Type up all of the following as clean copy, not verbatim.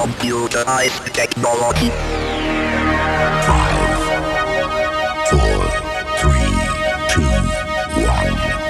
Computerized technology. 5, 4, 3, 2, 1, 0.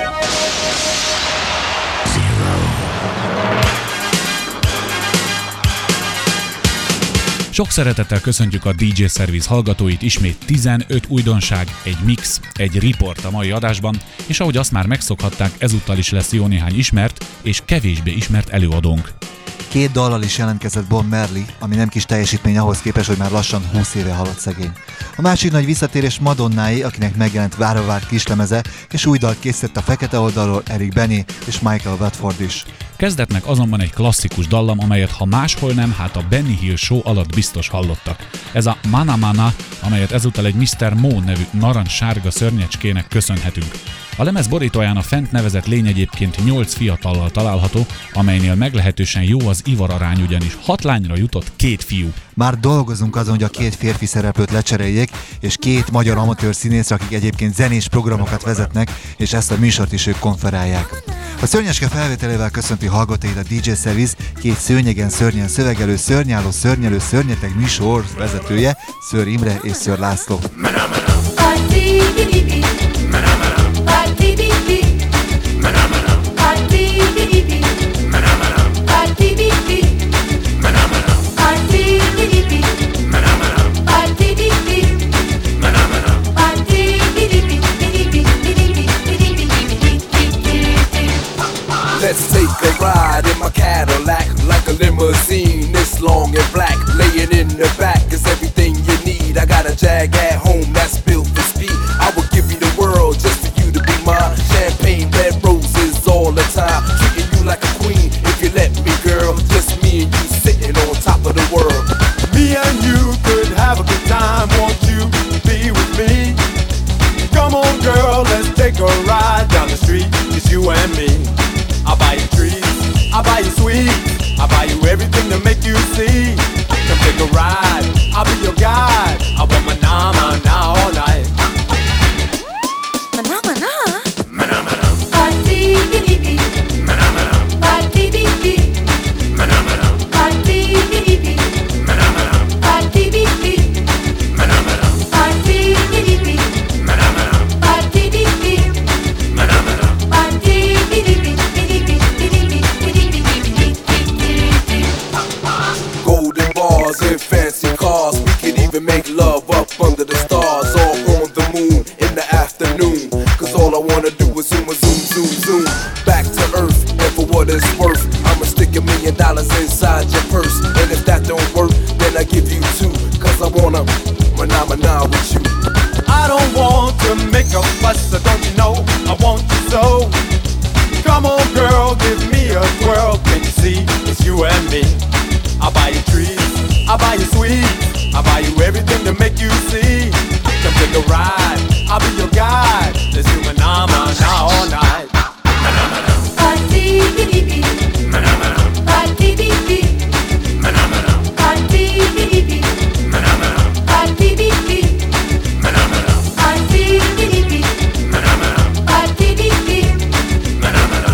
Sok szeretettel köszöntjük a DJ Service hallgatóit, ismét 15 újdonság, egy mix, egy report a mai adásban, és ahogy azt már megszokhatták, ezúttal is lesz jó néhány ismert és kevésbé ismert előadónk. 2 dallal is jelentkezett Bob Marley, ami nem kis teljesítmény ahhoz képest, hogy már lassan 20 éve halott szegény. A másik nagy visszatérés Madonnáé, akinek megjelent várva várt kislemeze, és új dalt készített a fekete oldalról Eric Benny és Michael Watford is. Kezdetnek azonban egy klasszikus dallam, amelyet ha máshol nem, hát a Benny Hill Show alatt biztos hallottak. Ez a Mana Mana, amelyet ezúttal egy Mr. Mo nevű narancssárga szörnyecskének köszönhetünk. A lemez borítóján a fent nevezett lény egyébként 8 fiatallal található, amelynél meglehetősen jó az ivararány, ugyanis 6 lányra jutott 2 fiú. Már dolgozunk azon, hogy a 2 férfi szereplőt lecseréljék, és 2 magyar amatőr színész, akik egyébként zenés programokat vezetnek, és ezt a műsort is ők konferálják. A szörnyeske felvételével köszönti hallgatóit a DJ Service 2 szőnyegen szörnyen szövegelő, szörnyáló, szörnyelő, szörnyeteg műsor vezetője, Szőr Imre és Szőr László. Let's take a ride in my Cadillac, like a limousine, it's long and black. Laying in the back is everything you need. I got a Jag at home that's built for speed. I will give you the world just for you to be mine. Champagne, red roses all the time. Treating you like a queen if you let me, girl. Just me and you sitting on top of the world. Me and you could have a good time. Won't you be with me? Come on, girl, let's take a ride down the street. It's you and me. I'll buy you trees, I'll buy you sweets, I'll buy you everything to make you see. Come take a ride, I'll be your guide. I want my na-na-na all night. Mana-mana? Mana-mana. Party-bee-bee. Mana-mana. Party-bee-bee. Mana-mana. Party-bee-bee. Mana-mana. Party-bee-bee. Mana-mana. Party-bee-bee. Mana-mana. Party-bee-bee. Mana-mana. Party-bee-bee. Golden bars and fancy cars. We could even make love up under the stars, or on the moon in the afternoon. Cause all I wanna do is zoom, zoom, zoom, zoom. Back to earth, and for what it's worth, I'ma stick $1 million inside your purse. And if that don't work, then I give you 2. Cause I wanna mana-mana with you. I don't want to make a fuss, so don't you know I want you so. Come on, girl, give me a twirl. Can't you see it's you and me? I'll buy you trees, I'll buy you sweets, I'll buy you everything to make you see. Come take a ride, I'll be your guide. Let's do mana-mana all night. Party-bee-bee. Mana-mana. Party-bee-bee. Mana-mana. Party-bee-bee. Mana-mana. Party-bee-bee. Mana-mana. Party-bee-bee. Mana-mana. Party-bee-bee. Mana-mana.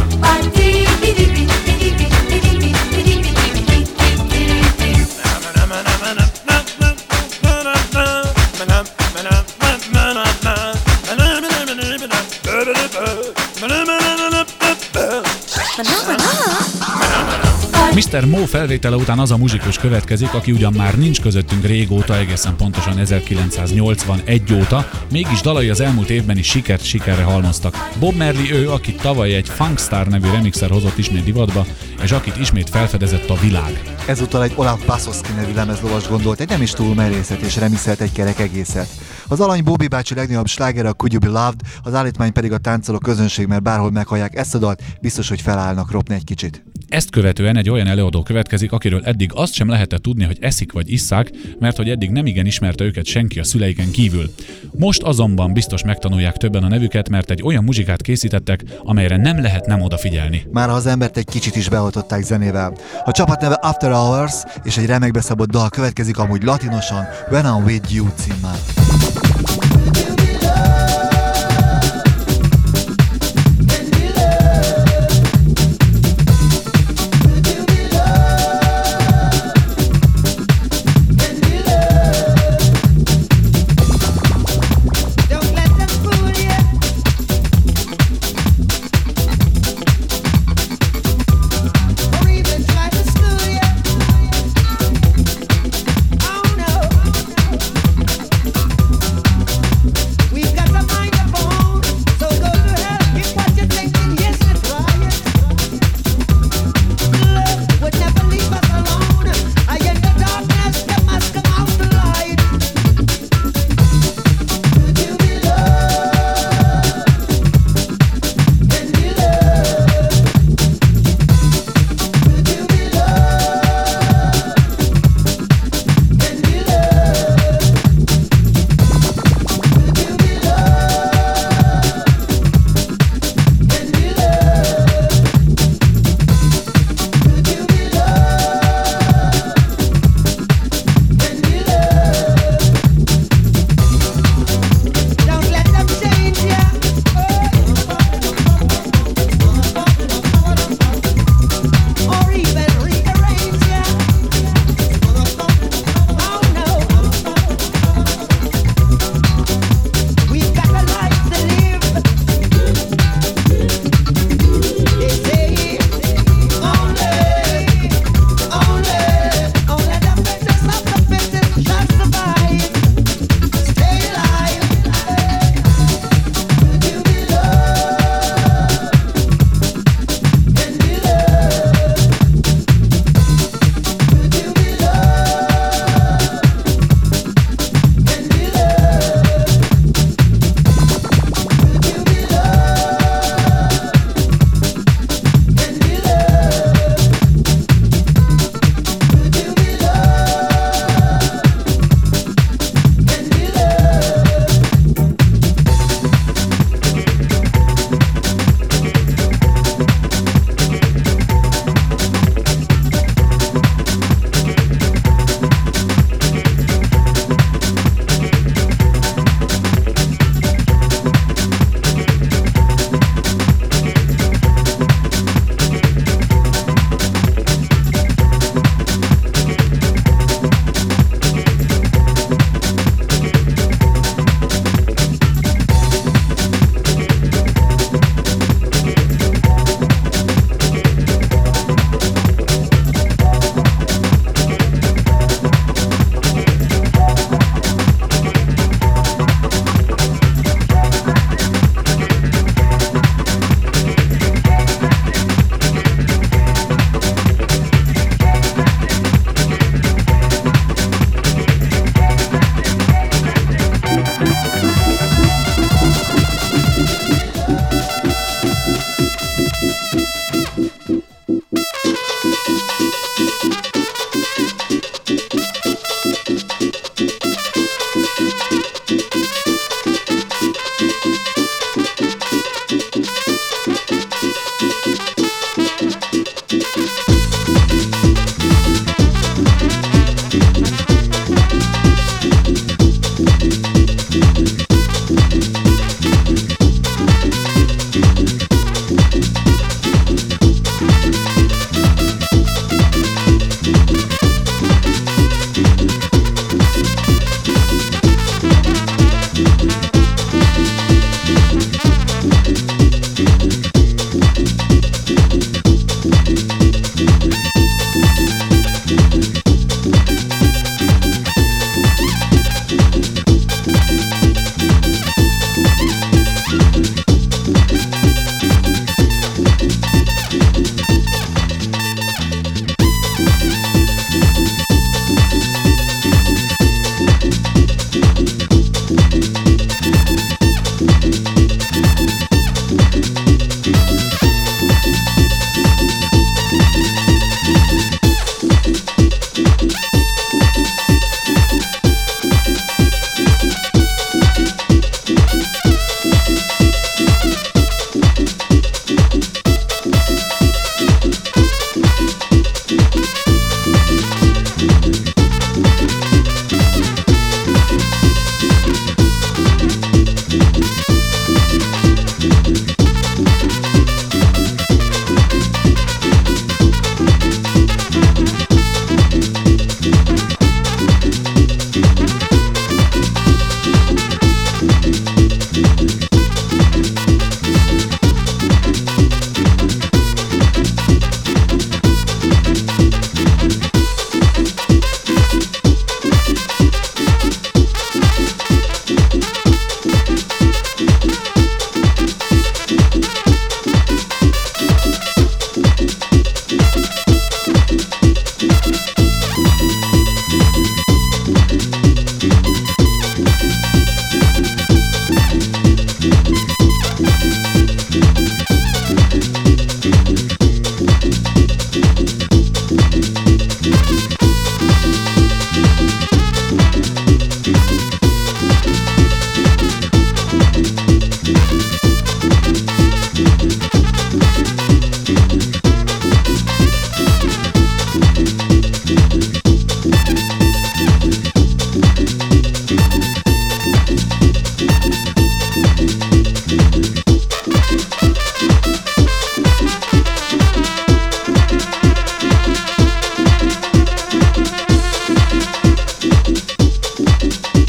Mr. Mo felvétele után az a muzsikus következik, aki ugyan már nincs közöttünk régóta, egészen pontosan 1981 óta, mégis dalai az elmúlt évben is sikert sikerre halmoztak. Bob Marley ő, akit tavaly egy Funkstar nevű remixer hozott ismét divatba, és akit ismét felfedezett a világ. Ezúttal egy Olaf Pasowski nevű lemezlovas gondolt egy nem is túl merészet és remixelt egy kerek egészet. Az alany Bobby bácsi legnagyobb slágere a Could You Be Loved, az állítmány pedig a táncoló közönség, mert bárhol meghallják ezt a dalt, biztos, hogy felállnak ropni egy kicsit. Ezt követően egy olyan előadó következik, akiről eddig azt sem lehetett tudni, hogy eszik vagy isszák, mert hogy eddig nemigen ismerte őket senki a szüleiken kívül. Most azonban biztos megtanulják többen a nevüket, mert egy olyan muzsikát készítettek, amelyre nem lehet nem odafigyelni. Már az embert egy kicsit is beoltották zenével. A csapat neve After Hours, és egy remekbe szabott dal következik amúgy latinosan, When I'm With You címmel.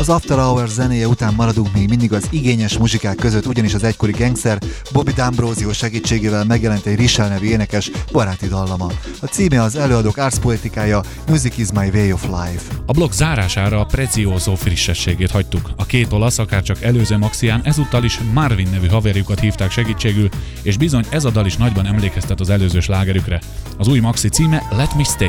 Az After Hours zenéje után maradunk még mindig az igényes muzsikák között, ugyanis az egykori gangster Bobby D'Ambrosio segítségével megjelent egy Richelle nevű énekes baráti dallama. A címe az előadók arcpoetikája, Music is my way of life. A blog zárására a Prezioso frissességét hagytuk. A két olasz, akárcsak előző maxián ezúttal is Marvin nevű haverjukat hívták segítségül, és bizony ez a dal is nagyban emlékeztet az előző slágerükre. Az új maxi címe Let Me Stay.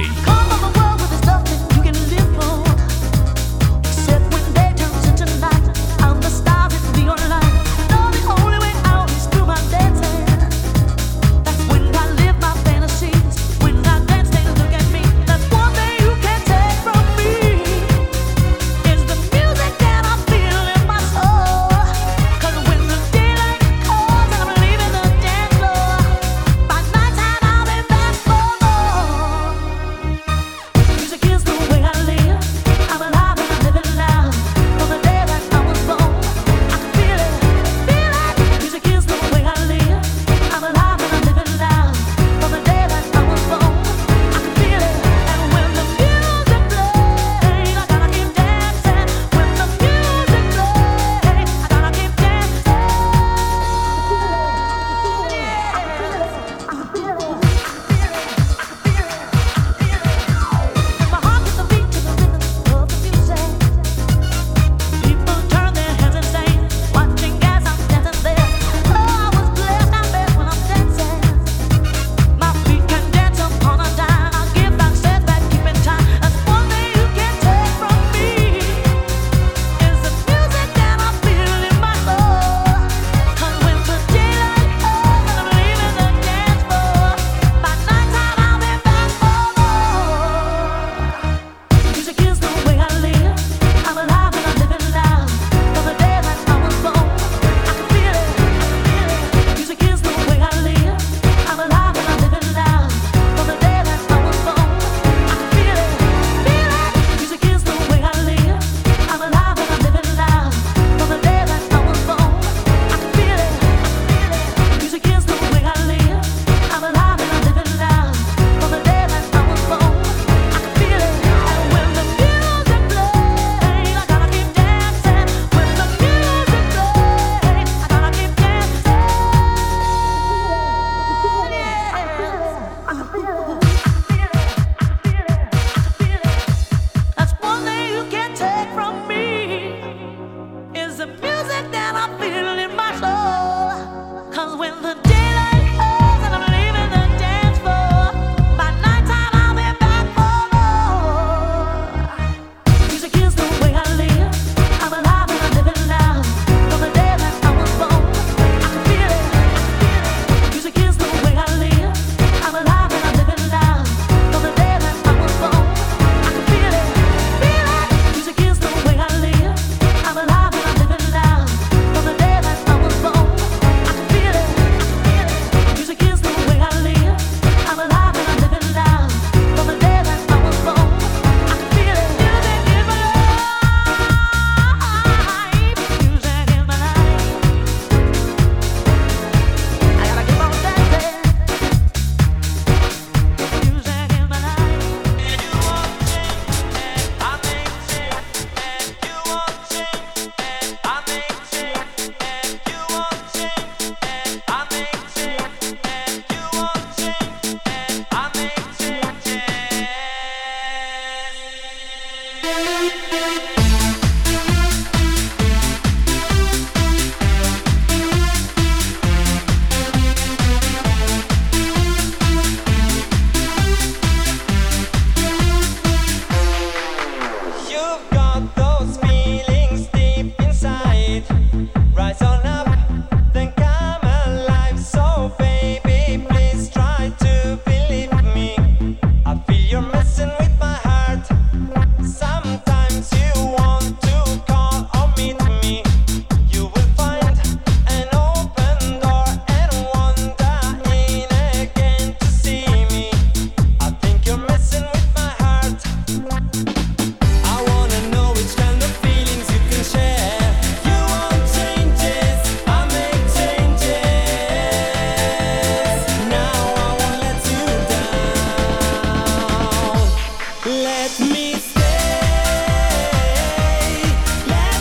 Let me stay.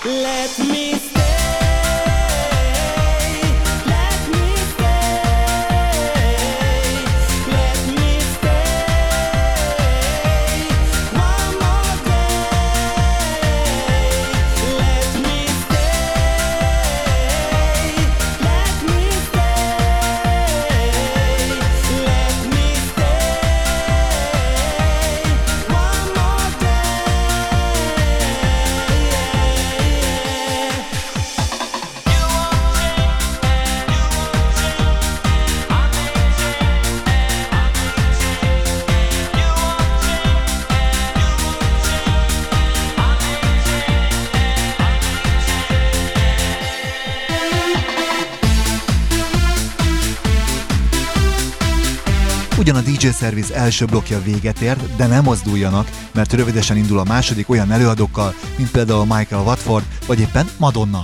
Let me stay, let me stay, let me stay one more day. Let me stay, let me stay, let me stay one more Ugyan a DJ Service első blokkja véget ért, de nem mozduljanak, mert rövidesen indul a második olyan előadókkal, mint például Michael Watford, vagy éppen Madonna.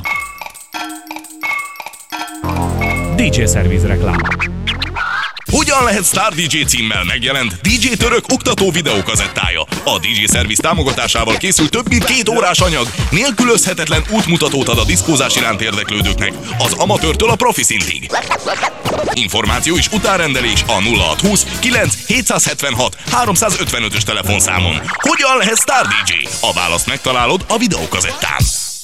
DJ Service reklám. Hogyan lehet Star DJ címmel megjelent DJ Török oktató videókazettája? A DJ Service támogatásával készült több mint 2 órás anyag, nélkülözhetetlen útmutatót ad a diszkózás iránt érdeklődőknek, az amatőrtől a profi szintig. Információ és utárendelés a 0620 9 776 355-ös telefonszámon. Hogyan lehet Star DJ? A választ megtalálod a videókazettán.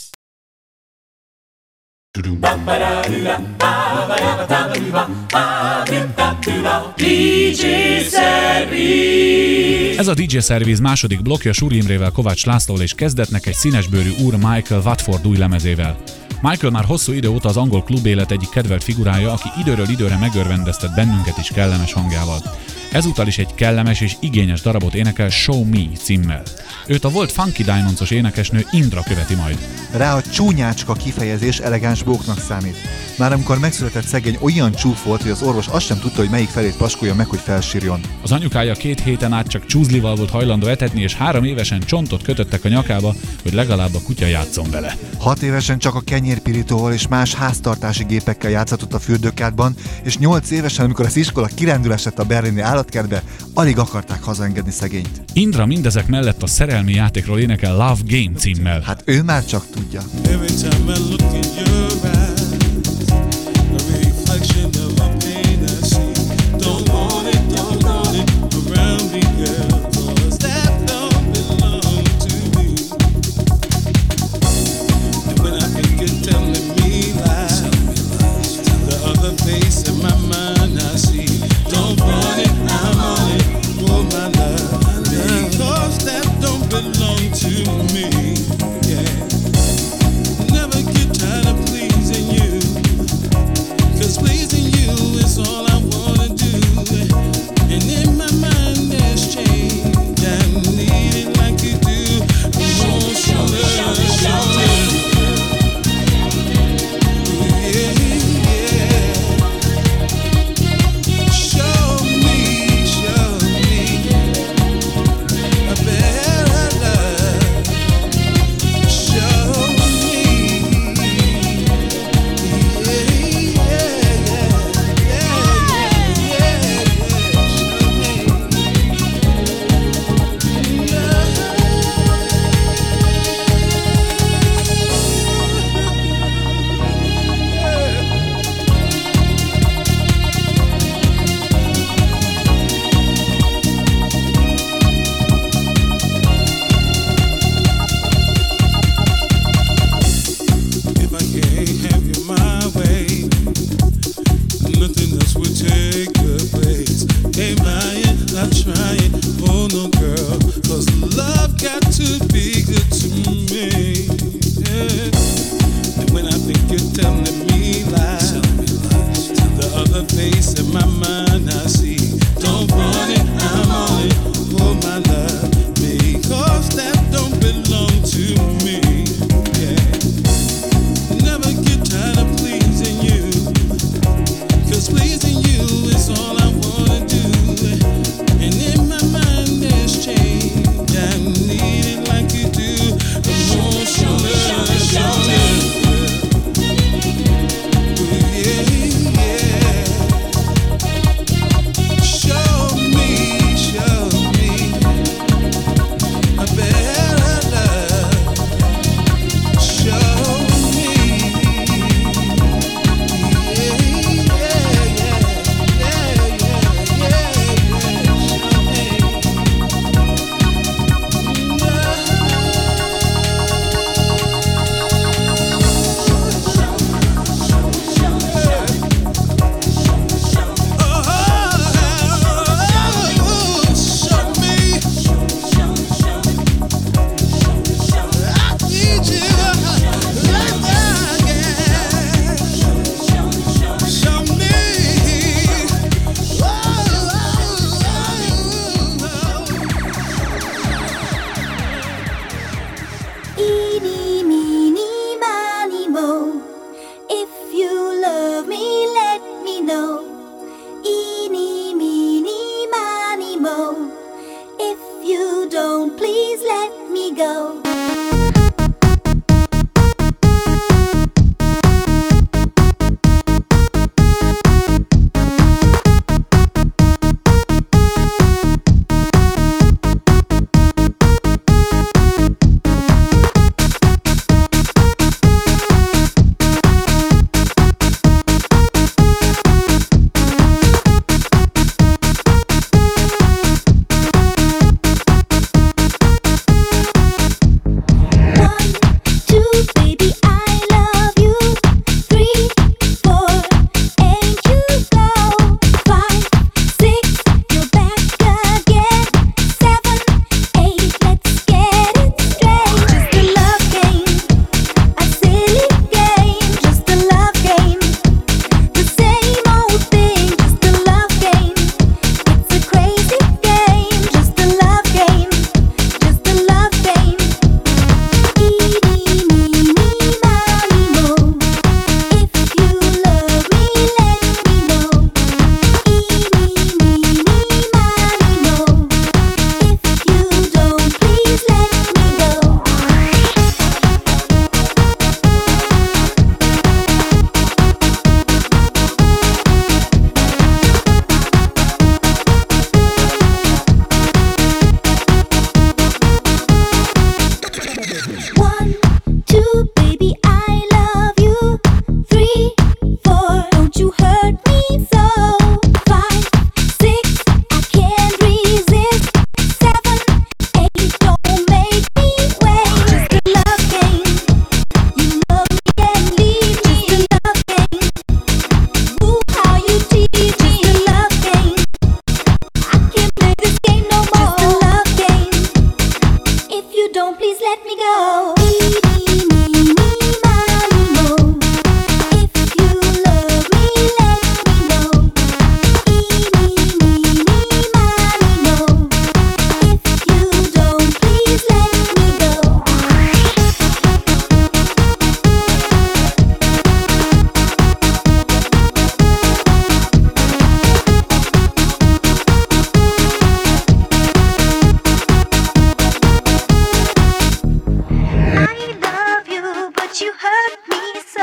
DJ Service. Ez a DJ Service második blokkja Súri Imrével, Kovács Lászlóval és kezdetnek egy színesbőrű úr Michael Watford új lemezével. Michael már hosszú idő óta az angol klubélet egyik kedvelt figurája, aki időről időre megörvendeztet bennünket is kellemes hangjával. Ezúttal is egy kellemes és igényes darabot énekel Show Me címmel. Őt a volt Funky Diamondsos énekesnő Indra követi majd. Rá a csúnyácska kifejezés elegáns bóknak számít. Már amikor megszületett szegény olyan csúf volt, hogy az orvos azt sem tudta, hogy melyik felét paskolja meg, hogy felsírjon. Az anyukája 2 héten át csak csúzlival volt hajlandó etetni, és 3 évesen csontot kötöttek a nyakába, hogy legalább a kutya játszon vele. 6 évesen csak a kenyérpirítóval és más háztartási gépekkel játszatott a fürdőkádban, és 8 évesen, amikor az iskola kirándul esett a berlini állatkertbe, alig akarták hazaengedni szegényt. Indra mindezek mellett a szerelmi játékról énekel Love Game címmel. Hát ő már csak tudja. Belong to me, yeah. Never get tired of pleasing.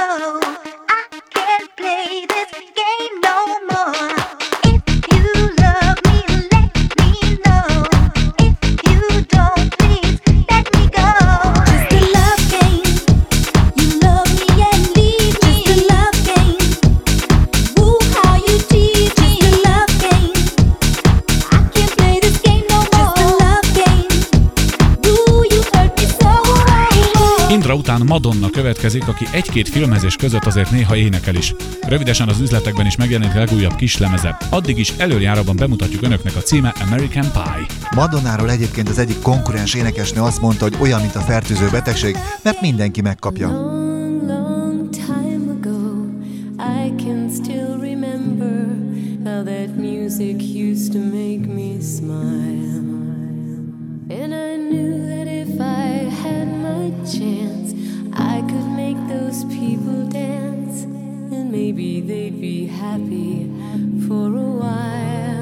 go. I can't play this game no more. If you love me, let me know. If you don't, please let me go. Just a love game. You love me and leave me. Just a love game. Woo, how you tease me. Just a love game. I can't play this game no more. Just a love game. Woo, you hurt me so. Indra után Madonna következik, aki egy-két filmezés között azért néha énekel is. Rövidesen az üzletekben is megjelenik legújabb kislemeze. Addig is előjáróban bemutatjuk önöknek a címe American Pie. Madonnáról egyébként az egyik konkurens énekesnő azt mondta, hogy olyan, mint a fertőző betegség, mert mindenki megkapja. Long, long time ago, I can still remember how that music used to make me smile. And I knew that if I had my chance, I could make those people dance, and maybe they'd be happy for a while.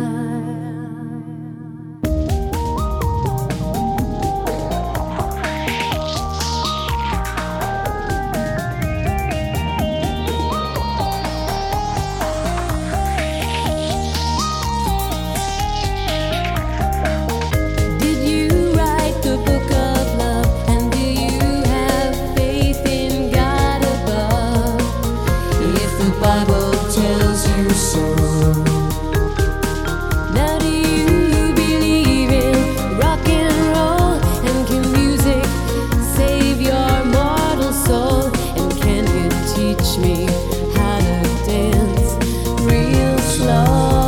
Did you write the book of love? And do you have faith in God above? If the Bible tells you so. Now do you believe in rock and roll? And can music save your mortal soul? And can you teach me how to dance real slow?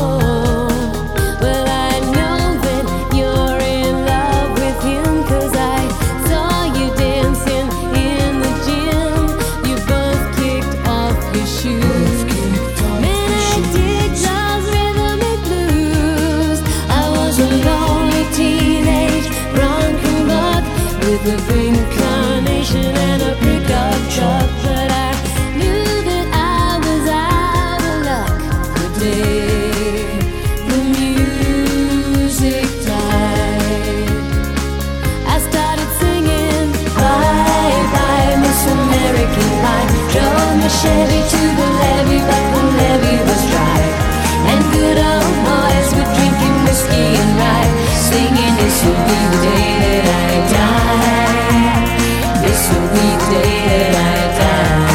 Well, I know that you're in love with him, 'cause I saw you dancing in the gym. You both kicked off your shoes. Man, I dig those rhythmic blues. I was a lonely teenage drunken buck with a pink carnation and a pickup truck, but I knew that I was out of luck the day the music died. I started singing bye bye Miss American Pie. Drove my Chevy to the levee, but the levee was dry. And good old boys were drinking whiskey and rye, singing this will be the day that I die. This will be the day that I die.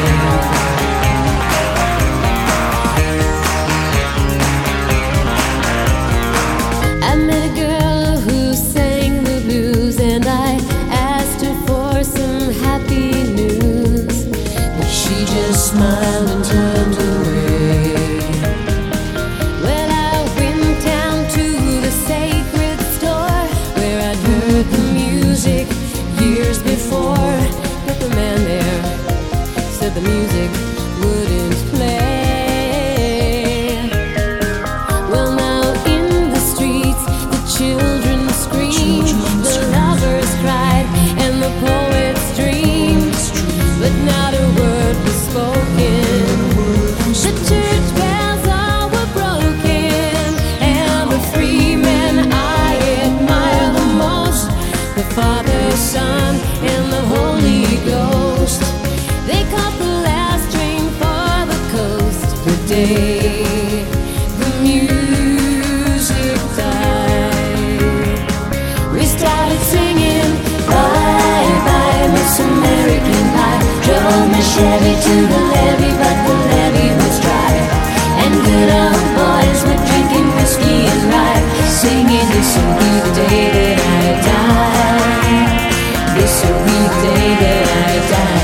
I met a girl who sang the blues, and I asked her for some happy news, but she just smiled and turned away. Well, I went down to the sacred store where I'd heard the music years before, but the man there said the music wouldn't play. Well, now in the streets, the children screamed, the lovers cried, and the poets dreamed, but not a word was spoken. The church bells all were broken, and the free men I admire the most, the Father, Son, and the Holy Ghost. They caught the last train for the coast the day the music died. We started singing bye bye Miss American Pie. Drove my Chevy to the levee, but the levee was dry. And good old boys were drinking whiskey and rye, singing this will be the day that I die. This will be the day that I die.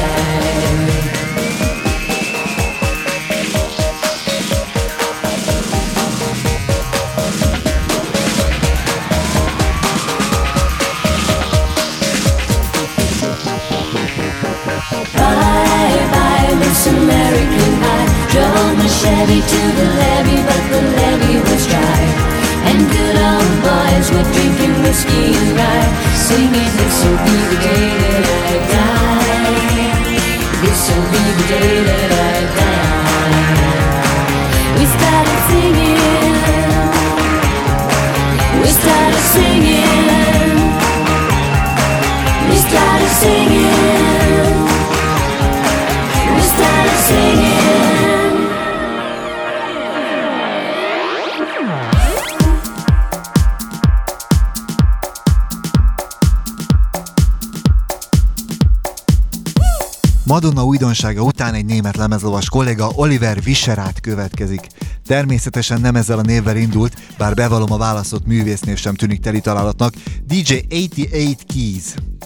Bye bye Miss American Pie. Drove my Chevy to the levee, but the levee was dry. And good old boys were drinking whiskey and rye, singing this will be the day that I die. This will be the day that I die. We started singing. We started singing. We started singing. We Madonna újdonsága után egy német lemezlovas kolléga, Oliver Wischerát következik. Természetesen nem ezzel a névvel indult, bár bevallom, a választott művésznév sem tűnik teli találatnak, DJ 88 Keys.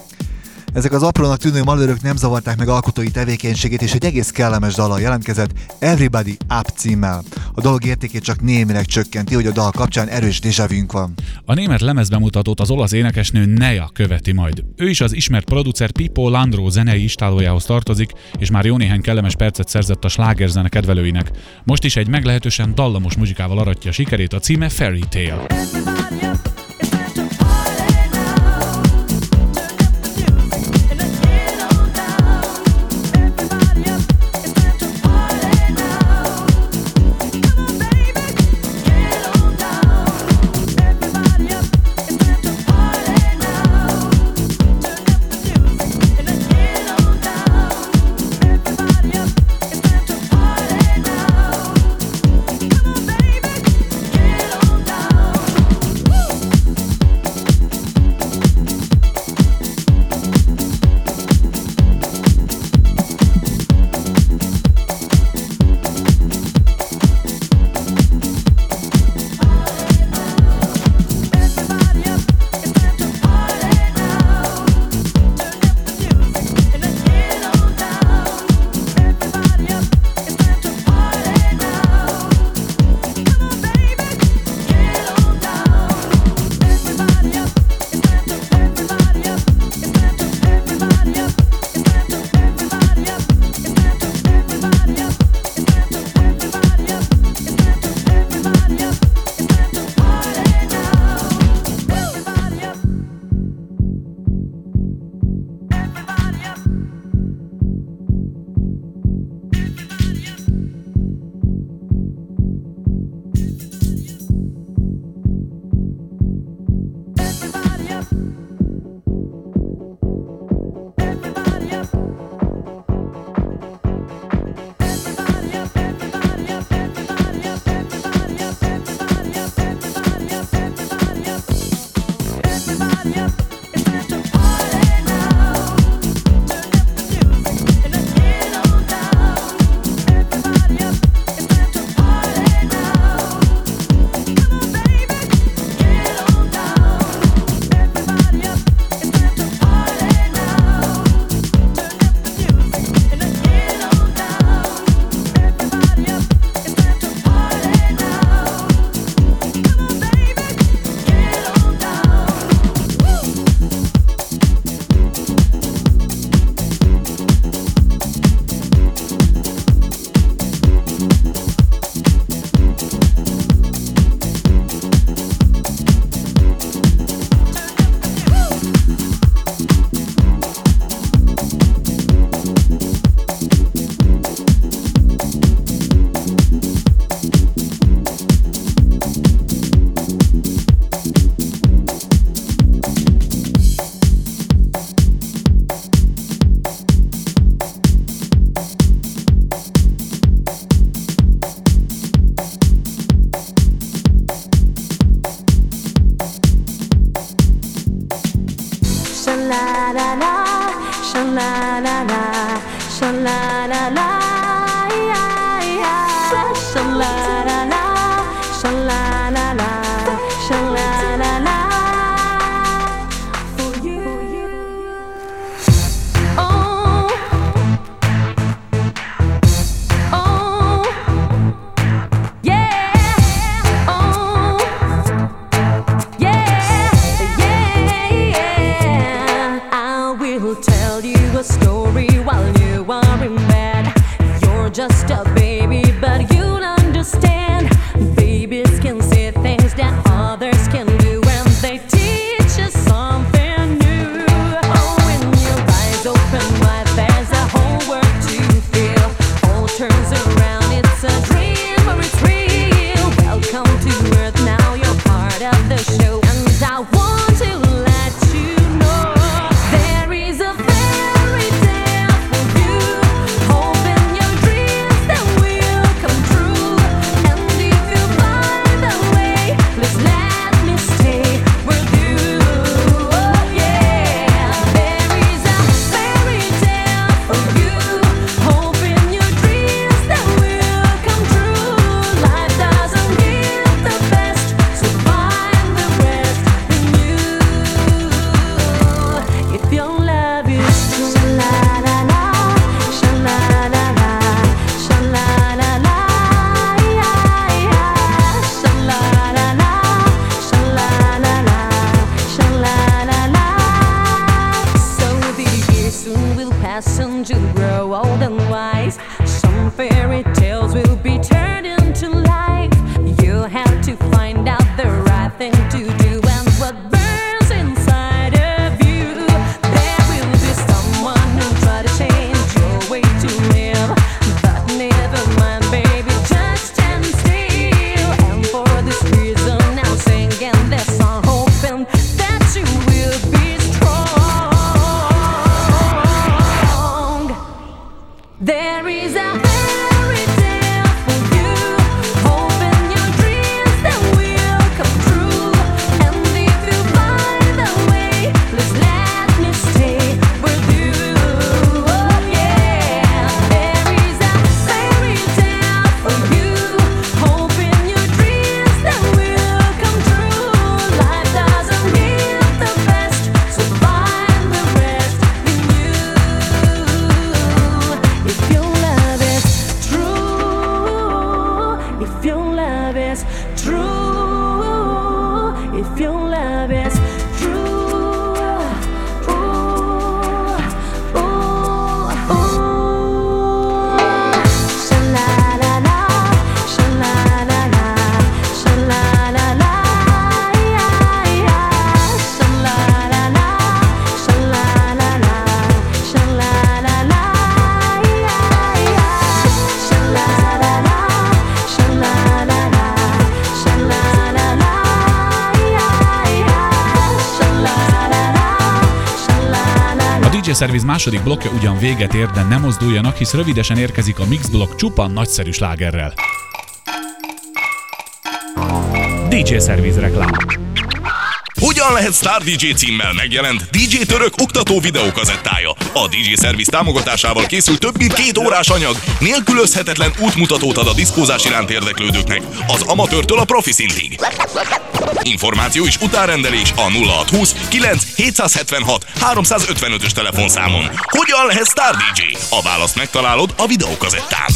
Ezek az aprónak tűnő malőrök nem zavarták meg alkotói tevékenységét, és egy egész kellemes dallal jelentkezett, Everybody Up címmel. A dolog értékét csak némileg csökkenti, hogy a dal kapcsán erős déjà-vünk van. A német lemezbemutatót az olasz énekesnő Nea követi majd. Ő is az ismert producer Pippo Landro zenei istálójához tartozik, és már jó néhány kellemes percet szerzett a slágerzene kedvelőinek. Most is egy meglehetősen dallamos muzsikával aratja sikerét, a címe Fairy Tale. There is a fairy tale for you. Hope in your dreams. grow old and wise. Some fairy tales will be turned into life. You have to find out the right thing to do and what burns inside of you. There will be someone who'll try to change your way to live, but never mind, baby, just stand still. And for this reason, I'm singing this song, hoping that you will be strong. There is a fairy tale for you, hoping your dreams that will come true. And if you find a way, please let me stay with you. Oh yeah, there is a fairy tale for you, hoping your dreams that will come true. Life doesn't give the best, so find the rest in you. If your love is true, if your love is true, if your love is true, ooh, ooh, ooh. Sha-la-la-la, sha-la-la-la, sha-la-la-la, yeah, sha-la-la-la, sha-la-la-la, sha-la-la-la, yeah, sha-la-la-la, sha-la-la-la, sha-la-la-la, A DJ Service második blokkja ugyan véget ér, de nem mozduljanak, hisz rövidesen érkezik a Mix blokk csupa nagyszerű slágerrel. DJ Service reklám. Hogyan lehet Star DJ címmel megjelent DJ Török oktató videókazettája? A DJ Service támogatásával készült több mint 2 órás anyag, nélkülözhetetlen útmutatót ad a diszkózás iránt érdeklődőknek, az amatőrtől a profi szintig. Információ és utárendelés a 0620 9 776 355-ös telefonszámon. Hogyan lehet Star DJ? A választ megtalálod a videókazettán.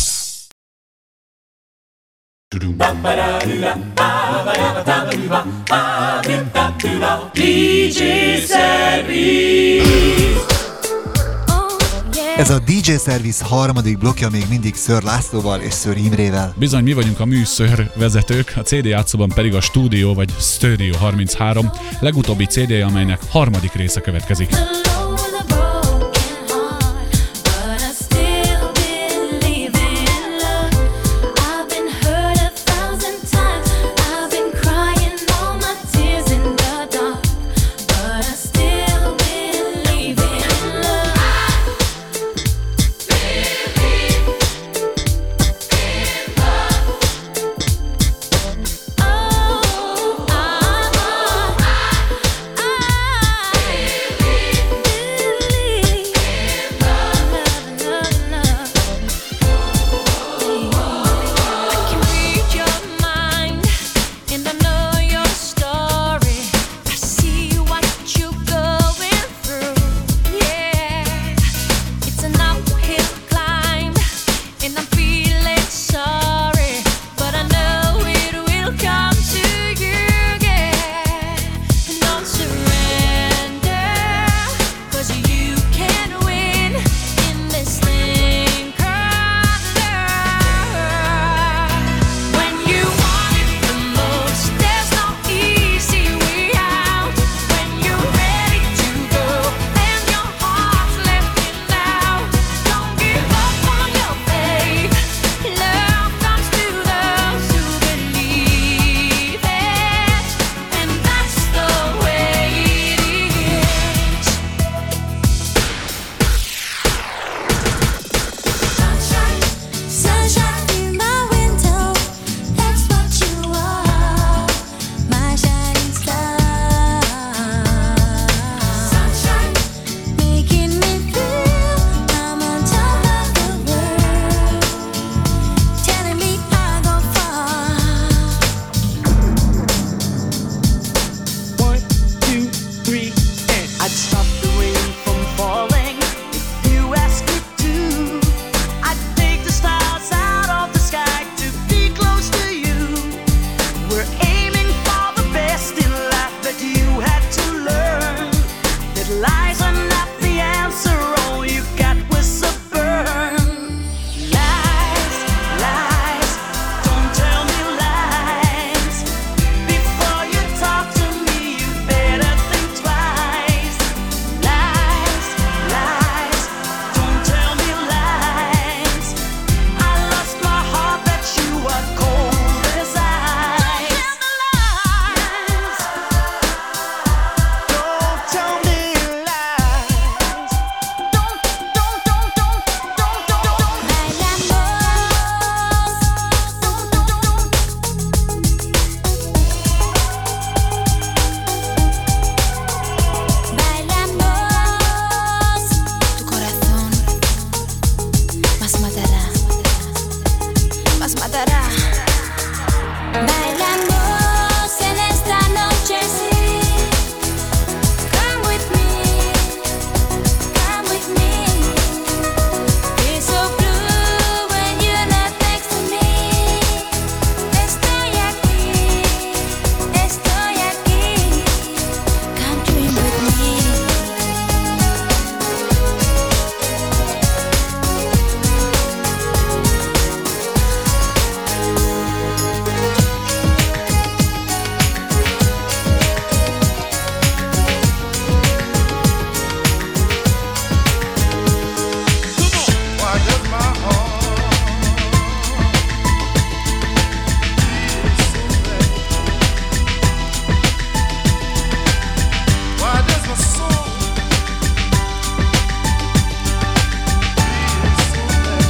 DJ Service. Ez a DJ Service harmadik blokkja még mindig Ször Lászlóval és Ször Imrével. Bizony, mi vagyunk a műször vezetők, a CD játszóban pedig a Studio vagy Studio 33, legutóbbi CD-je, amelynek harmadik része következik. dará. Bailamos en esta noche, sí. Come with me, come with me. Feel so blue when you're not next to me. Estoy aquí, come dream with me. Why does my heart feel so bad? Why does my soul feel so bad?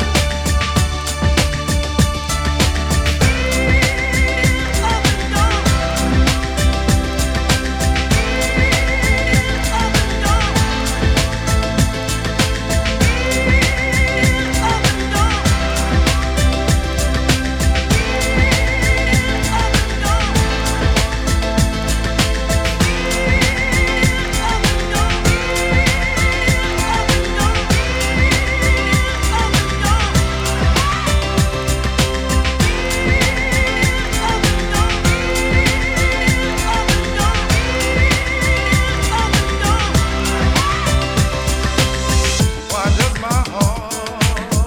Why does my heart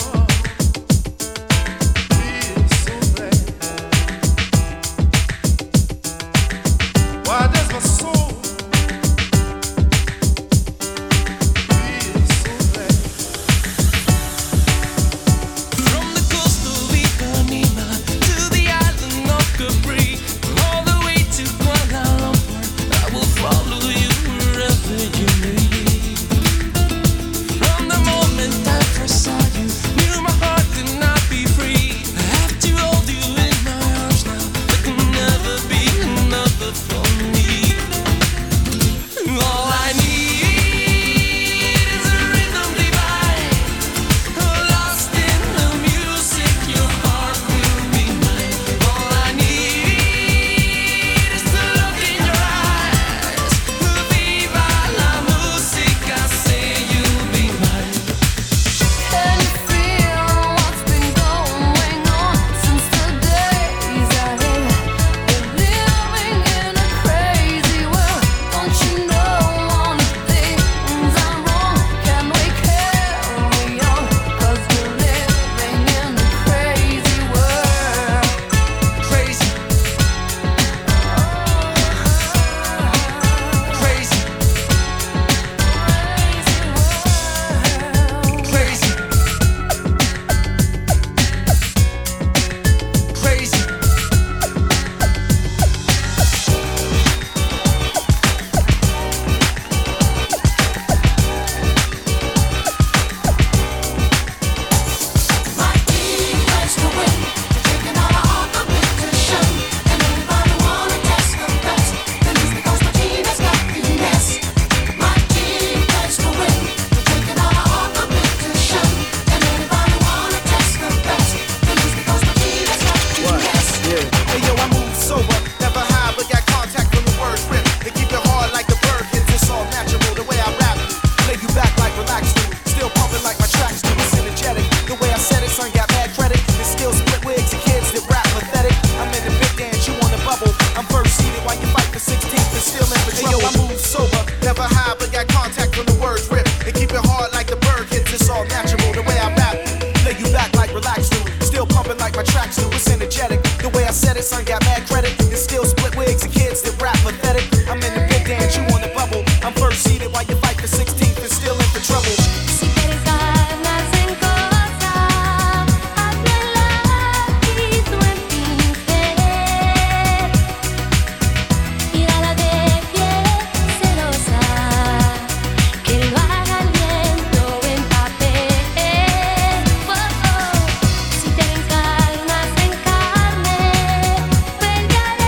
feel so bad? Why does my soul feel so bad? From the coast of Ipanema to the island of Capri, all the way to Kuala Lumpur, I will follow you wherever you may be. From the moment I first saw you, knew my heart could not be free. I have to hold you in my arms now. There can never be another for me. All I need is a rhythm divine. Lost in the music, your heart will be mine. All I need is to look in your eyes. Viva la musica, say you'll be mine. Can you feel what's been going on since the days ahead? We're living in a crazy world. Don't you know all the things are wrong? Can we carry on? 'Cause we're living in a crazy world. Crazy. Crazy. Crazy. Crazy. My team likes to win, taking all our competition, and anybody wanna test the best, then it's because my team has got the best. My team likes to win, taking all our competition, and anybody wanna test the best, then it's because my team has got the best. Hey yo, I move sober, never high, but got contact from the word rip. They keep it hard like the bird hits. It's all natural, the way I rap. Lay you back like relaxed dude. Still pumping like my tracks do. It's energetic. The way I said it, son got mad credit. It's still split wigs and kids that rap pathetic. I'm in the big dance, you on the bubble. I'm first seated while you fight for 16th and still in for trouble. Hey yo, I move sober, never high, but got contact from the word rip. They keep it hard like the bird hits. It's all natural, the way I rap. Lay you back like relaxed dude. Still pumping like my tracks do. It's energetic. The way I said it, son got mad credit. It's still split wigs and kids that rap pathetic. I'm in the big dance, you on the bubble. I'm first seated while you fight for 16th and still in for trouble. Si quieres ganas en cosa, hazmela y tú en pincel. Mírala de pie, celosa, que lo haga el viento en papel. Oh, oh. Si tienes ganas en carne, ven y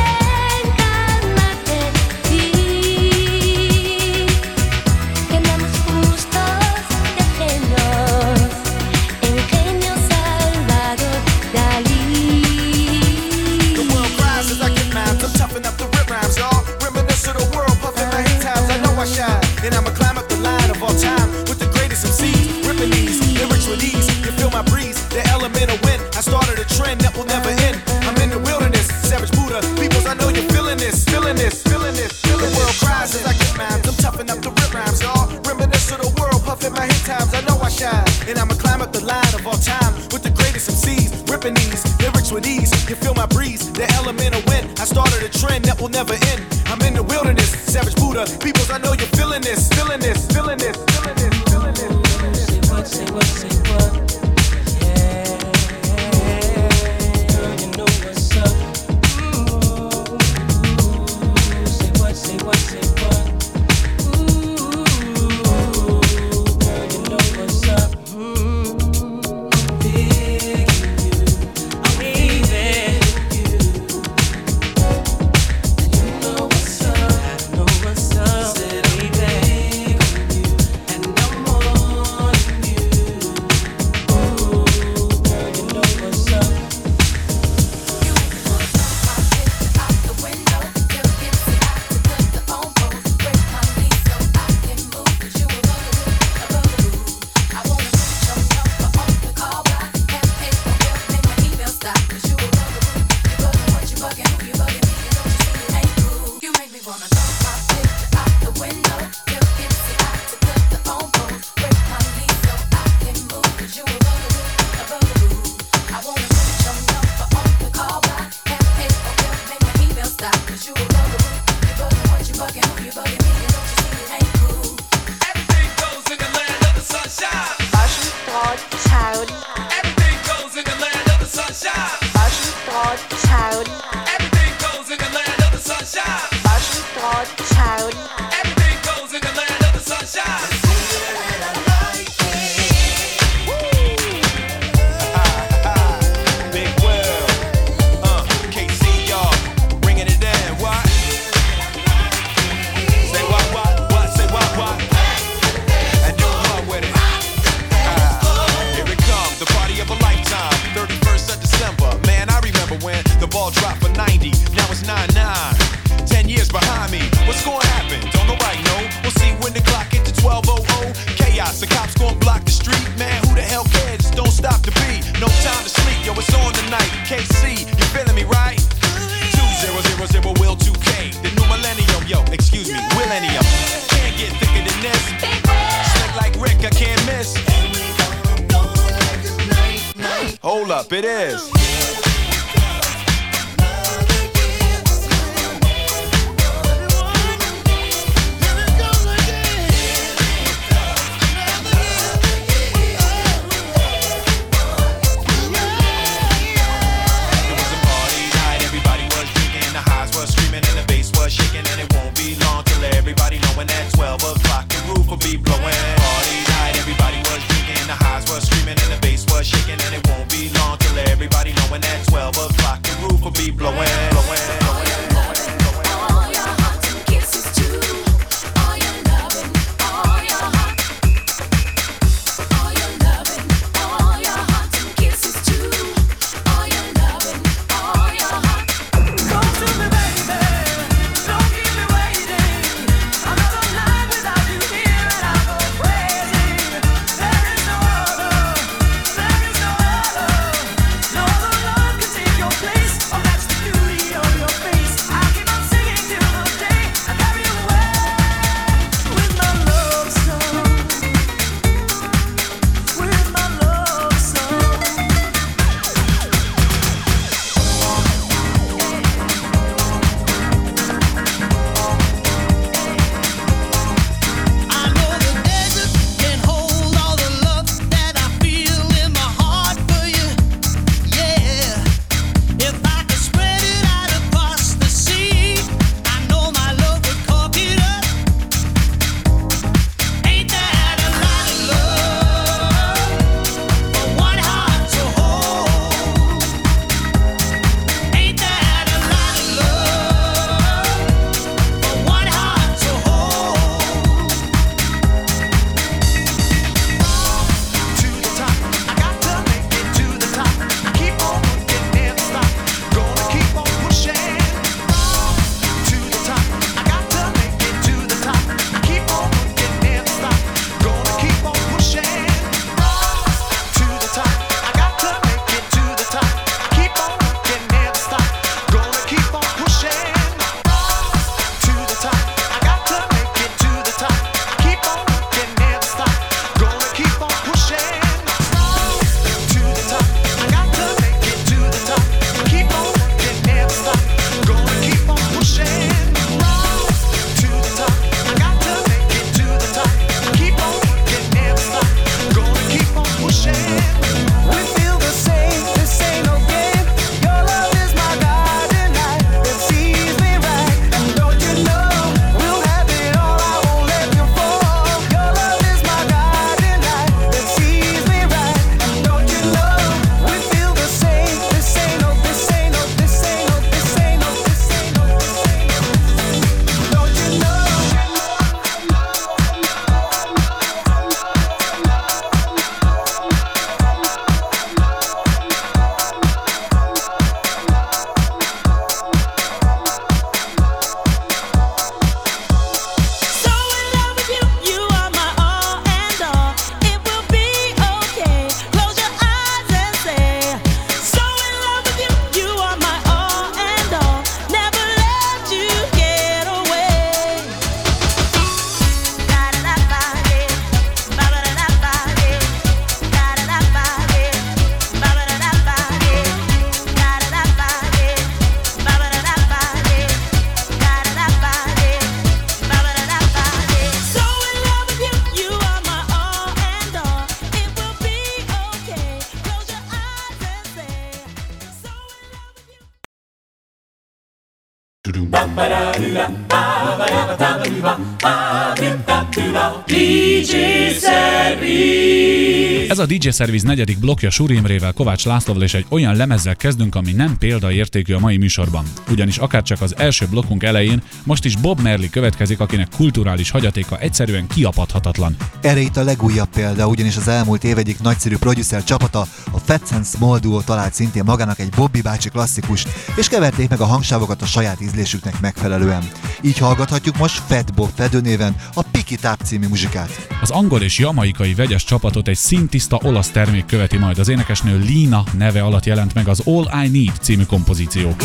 favorite line of all time with the greatest MCs, ripping these lyrics with ease. You feel my breeze, the element of wind. I started a trend that will never end. I'm in the wilderness, Savage Buddha. Peoples, I know you're feeling this, feeling this, feeling this, feeling this, feeling this, feeling this. Say what, say what, say what? Yeah, girl, you know what's up. Ooh, say what, say what, say what? It is. Everybody knowing Ez a DJ Service negyedik blokkja Suri Imrével, Kovács Lászlóval és egy olyan lemezzel kezdünk, ami nem példaértékű a mai műsorban. Ugyanis akárcsak az első blokkunk elején, most is Bob Marley következik, akinek kulturális hagyatéka egyszerűen kiapadhatatlan. Erre itt a legújabb példa, ugyanis az elmúlt év egyik nagyszerű producer csapata, a Fats and Small Duo talált szintén magának egy Bobby bácsi klasszikust, és keverték meg a hangsávokat a saját ízlésüknek megfelelően. Így hallgathatjuk most Fat Bob Fedő néven a Pick It Up című muzsikát. Az angol és jamaikai vegyes csapatot egy színtiszta olasz termék követi majd. Az énekesnő Lina neve alatt jelent meg az All I Need című kompozíció.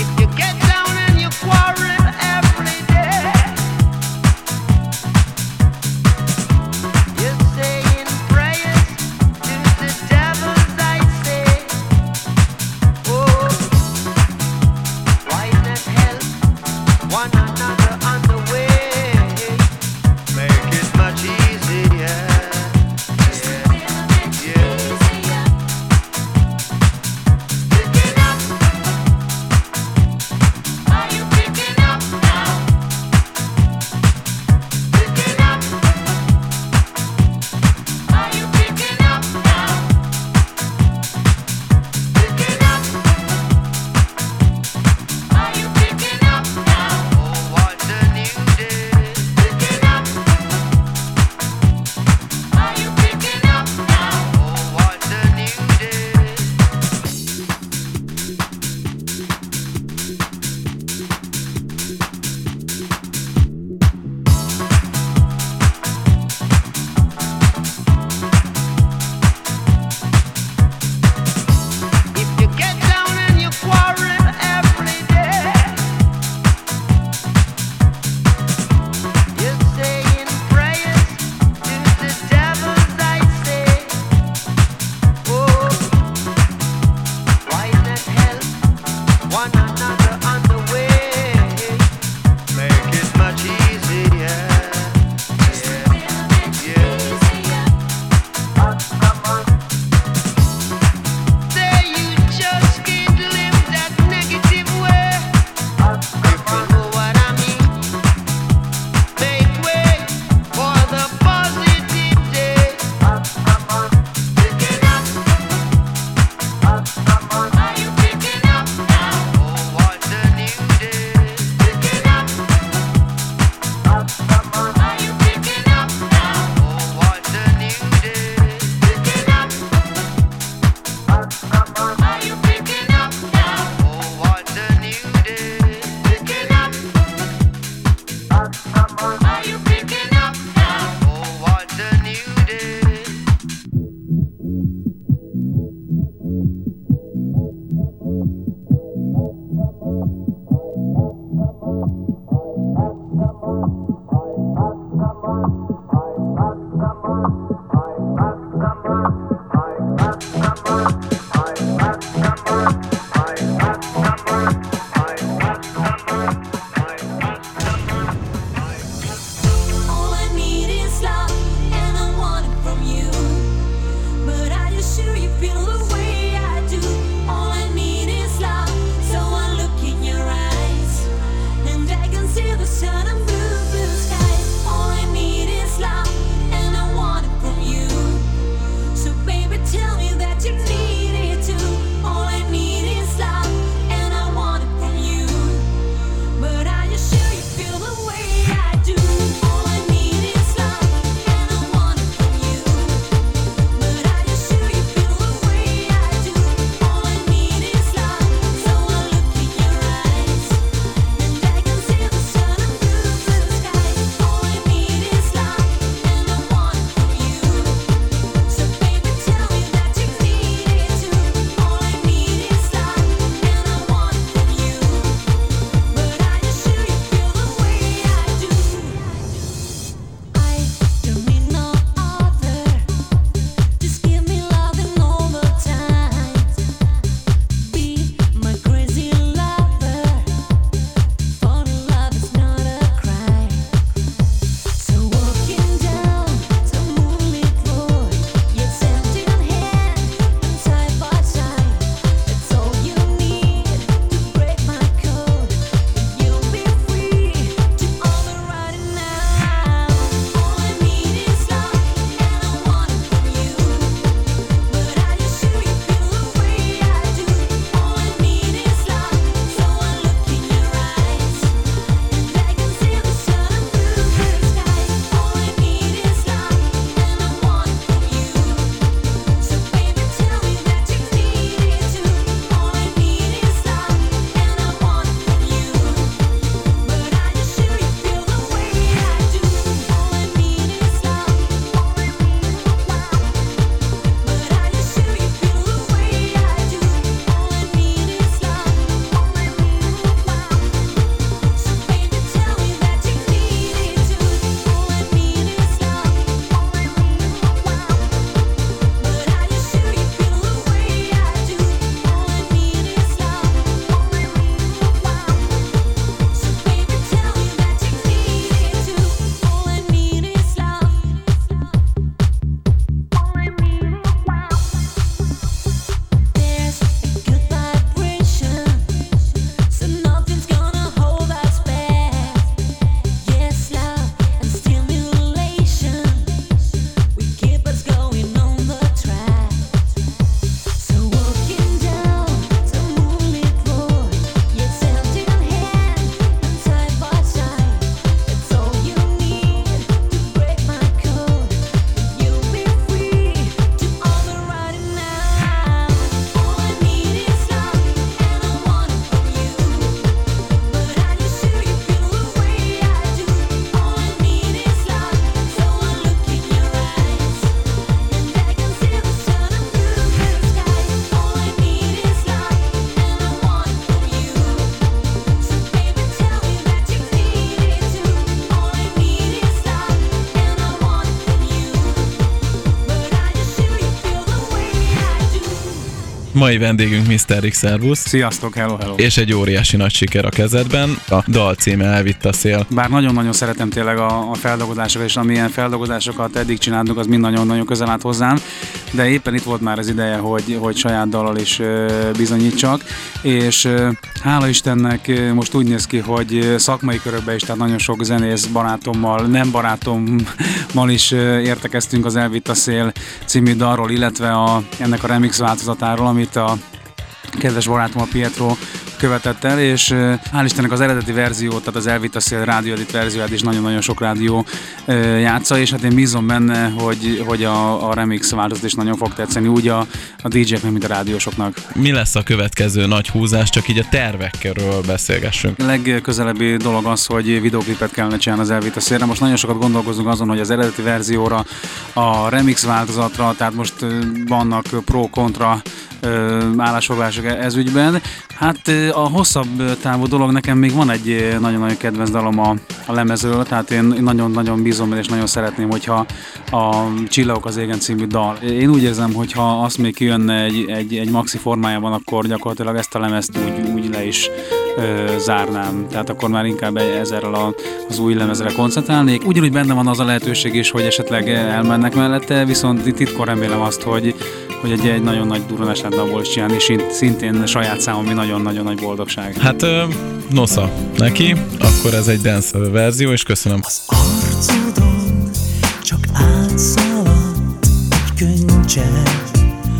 Mai vendégünk Mr. X, szervusz. Sziasztok, hello. És egy óriási nagy siker a kezedben. A dal címe Elvitt a szél. Bár nagyon-nagyon szeretem tényleg a feldolgozásokat, és amilyen feldolgozásokat eddig csináltunk, az mind nagyon-nagyon közel állt hozzám, de éppen itt volt már az ideje, hogy saját dallal is bizonyítsak, és hála Istennek most úgy néz ki, hogy szakmai körökben is, tehát nagyon sok zenész barátommal, nem barátommal is értekeztünk az Elvitt a szél című dalról, illetve ennek a remix változatáról, amit a kedves barátom, a Pietro követett el, és hál' Istennek az eredeti verziót, tehát az Elvitt a szél rádióedit verzióját is nagyon-nagyon sok rádió játsza, és hát én bízom benne, hogy a remix változat is nagyon fog tetszeni, úgy a DJ-knek, mint a rádiósoknak. Mi lesz a következő nagy húzás, csak így a tervekről beszélgessünk? A legközelebbi dolog az, hogy videóklipet kellene csinálni az Elvitt a szélre. Most nagyon sokat gondolkozunk azon, hogy az eredeti verzióra, a remix változatra, tehát most vannak pro-kontra állásfoglalások ez ügyben. Hát a hosszabb távú dolog, nekem még van egy nagyon-nagyon kedvenc dalom a lemezről, tehát én nagyon-nagyon bízom és nagyon szeretném, hogyha a Csillagok az égen című dal. Én úgy érzem, hogyha azt még kijönne egy maxi formájában, akkor gyakorlatilag ezt a lemezt úgy le is zárnám. Tehát akkor már inkább ezzel az új lemezre koncentrálnék. Ugyanúgy benne van az a lehetőség is, hogy esetleg elmennek mellette, viszont titkon remélem azt, hogy egy nagyon nagy durranás lenne abból is csinálni, és szintén saját számomra nagyon-nagyon nagy boldogság. Hát nosza neki, akkor ez egy dance verzió, és köszönöm. Az arcodon csak átszaladt egy könycsepp,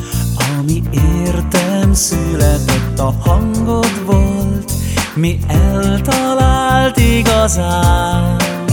ami értem született, a hangod volt, mi eltalált igazán,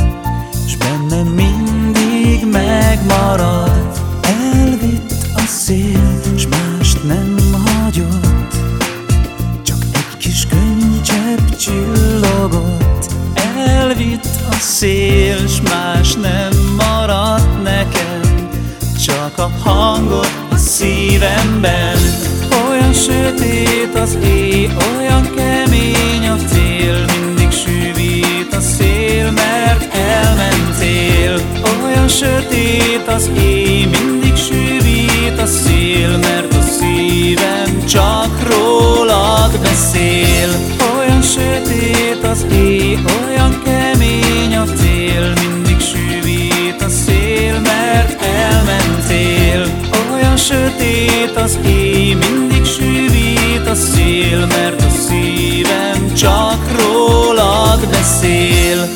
s bennem mindig megmaradt. Elvitt a szél, s mást nem hagyott, csak egy kis könycsepp csillogott. Elvitt a szél, s más nem maradt nekem, csak a hangot a szívemben. Olyan sötét az éj, olyan kemény a tél, mindig sűvít a szél, mert elmentél. Olyan sötét az éj, mindig sűvít a szél, mert a szívem csak rólad beszél. Olyan sötét az éj, olyan kemény a tél, mindig sűvít a szél, mert elmentél. Olyan sötét az éj, mindig sűvít a szél, mert a szívem csak rólad beszél.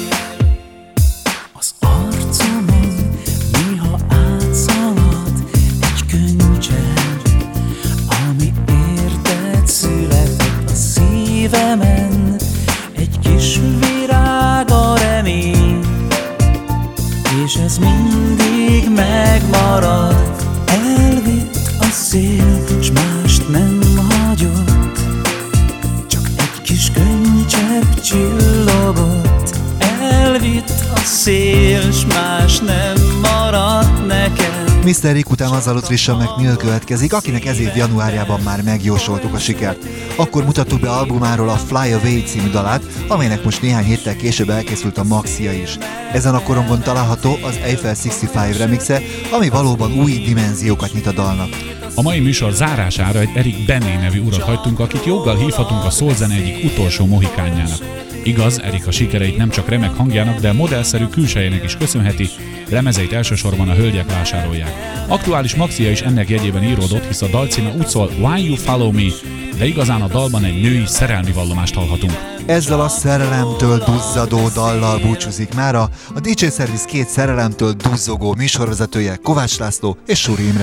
Az arcomon néha átszalad egy könycsepp, ami érted született a szívemen, egy kis virág a remény, és ez mindig megmarad. Elvitt a szél, s mást nem hagyott, csak egy kis könycsepp csillogott. Elvitt a szél, s más nem maradt nekem. Mr. Rick után azzal Trisha McNeil következik, akinek ez év januárjában már megjósoltuk a sikert. Akkor mutattuk be albumáról a Fly Away című dalát, amelynek most néhány héttel később elkészült a maxia is. Ezen a korongon található az Eiffel 65 remixe, ami valóban új dimenziókat nyit a dalnak. A mai műsor zárására egy Eric Bené nevű urat hagytunk, akit joggal hívhatunk a soulzene egyik utolsó mohikánjának. Igaz, Eric a sikereit nem csak remek hangjának, de modellszerű külsejének is köszönheti, lemezeit elsősorban a hölgyek vásárolják. Aktuális maxia is ennek jegyében íródott, hisz a dal címe úgy szól Why You Follow Me, de igazán a dalban egy női szerelmi vallomást hallhatunk. Ezzel a szerelemtől duzzadó dallal búcsúzik mára a DJ Service két szerelemtől duzzogó műsorvezetője, Kovács László és Suri Imre.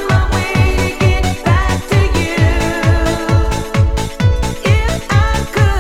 Could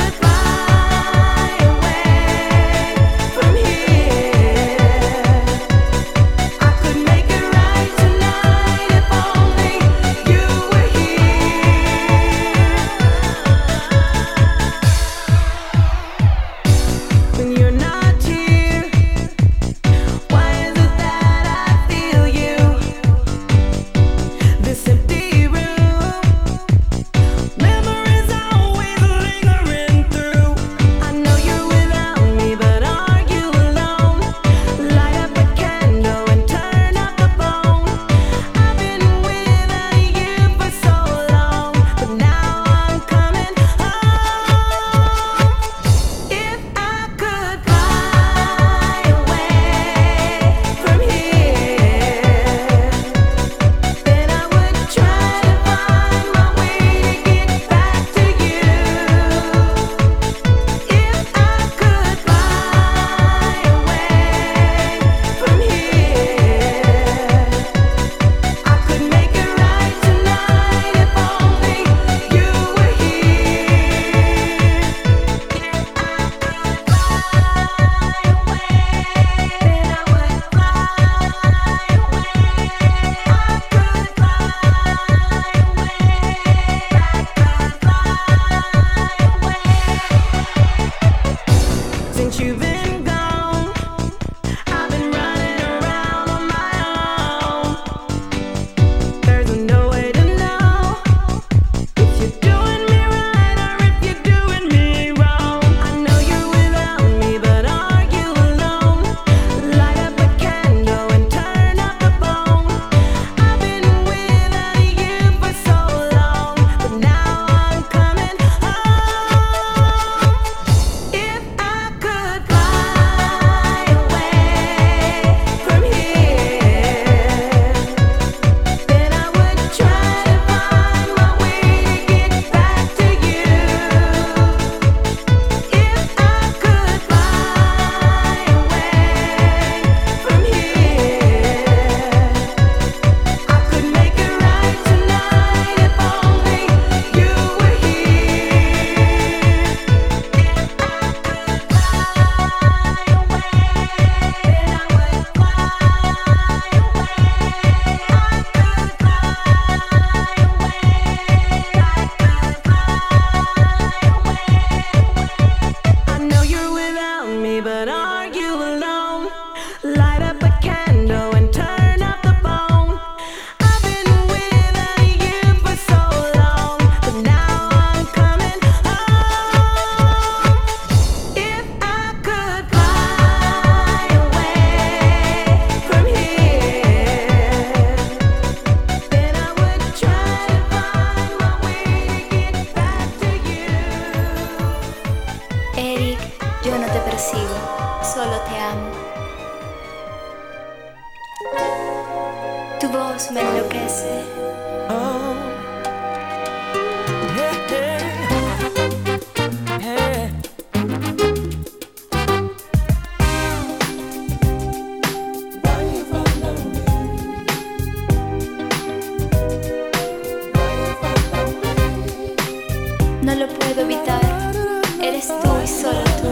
since you've been gone. I've been running around on my own. There's no way to know if you're doing me right or if you're doing me wrong. I know you're without me, but are you alone? Light up a candle and turn up the bone. I've been without you for so long, but now I'm coming home. If I could fly away from here, then I would try to find my way to get back to you. If I could fly away from here, I could make it right tonight if only you were here. If I could fly away, then I would fly away. I could fly away. I know you're without me, but are you alone? Light up a candle and turn up the phone. I've been without you for so long, but now I'm coming home. If I could fly away from here, then I would try to find my way to get back to you. Eric, yo no te persigo, solo te amo. Tu voz me enloquece. No lo puedo evitar, eres tú y solo tú.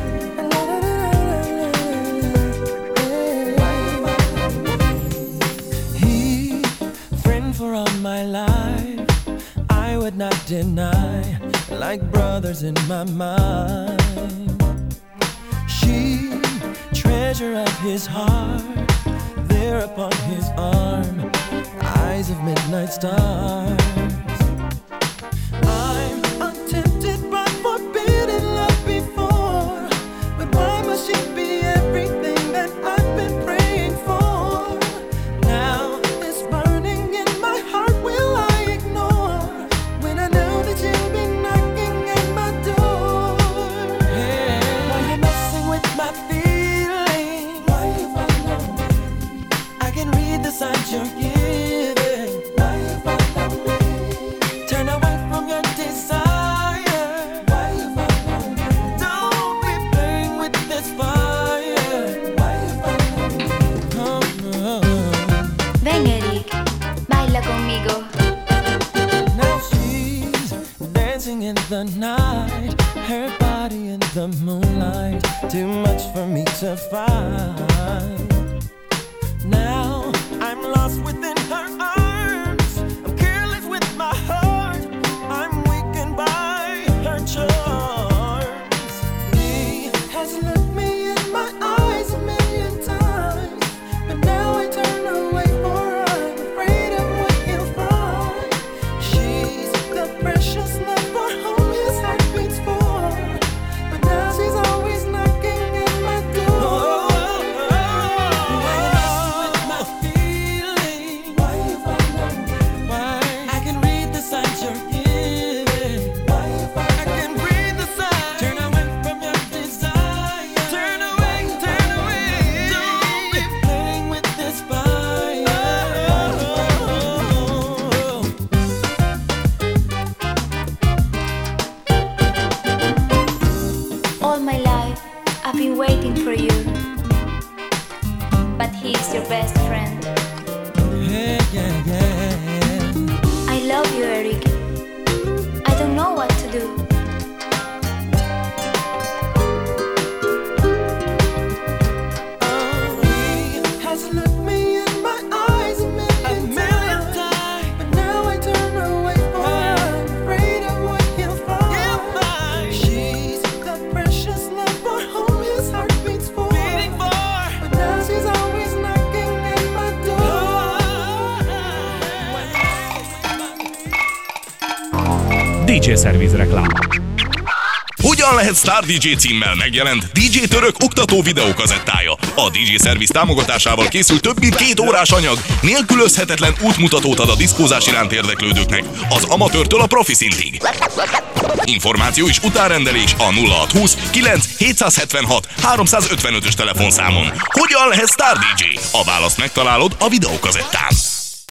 He, friend for all my life, I would not deny, like brothers in my mind. She, treasure of his heart, there upon his arm, eyes of midnight stars. I'm untempted by forbidden love before, but why must she be everything that I've been praying for? Now this burning in my heart will I ignore when I know that you'll be knocking at my door? Why you messing with my feelings? Why you follow me? I can read the signs you're giving. Why you follow me? Turn away from your desire. Why you follow me? Don't be playing with this fire. Why you follow me? Ven, Eric, baila conmigo. Now she's dancing in the night, her body in the moonlight, too much for me to find. Now I'm lost within her arms, I'm careless with my heart, I'm weakened by her charms. He has looked me in my eyes a million times, but now I turn away for I'm afraid of what he'll find. She's the precious love for whom his heart beats for, but now she's always knocking at my door. Why you messing with my feelings? Why you follow me? Why? I can read the signs you're giving. Why you follow me? I can read the signs. Turn away from your desire. Turn away, turn away. Don't be playing with this fire. All my life, I've been waiting for you, but he's your best friend. Yeah, yeah, yeah. I love you, Eric. I don't know what to do. He has looked me in my eyes a million times, but now I turn away for I'm afraid of what he'll find. She's the precious love for whom DJ Service reklám. Hogyan lehet Star DJ címmel megjelent DJ Török oktató videókazettája? A DJ Service támogatásával készült több mint 2 órás anyag, nélkülözhetetlen útmutatót ad a diszkózás iránt érdeklődőknek, az amatőrtől a profi szintig. Információ és utárendelés a 0620 9 776 355-ös telefonszámon. Hogyan lehet Star DJ? A választ megtalálod a videókazettán.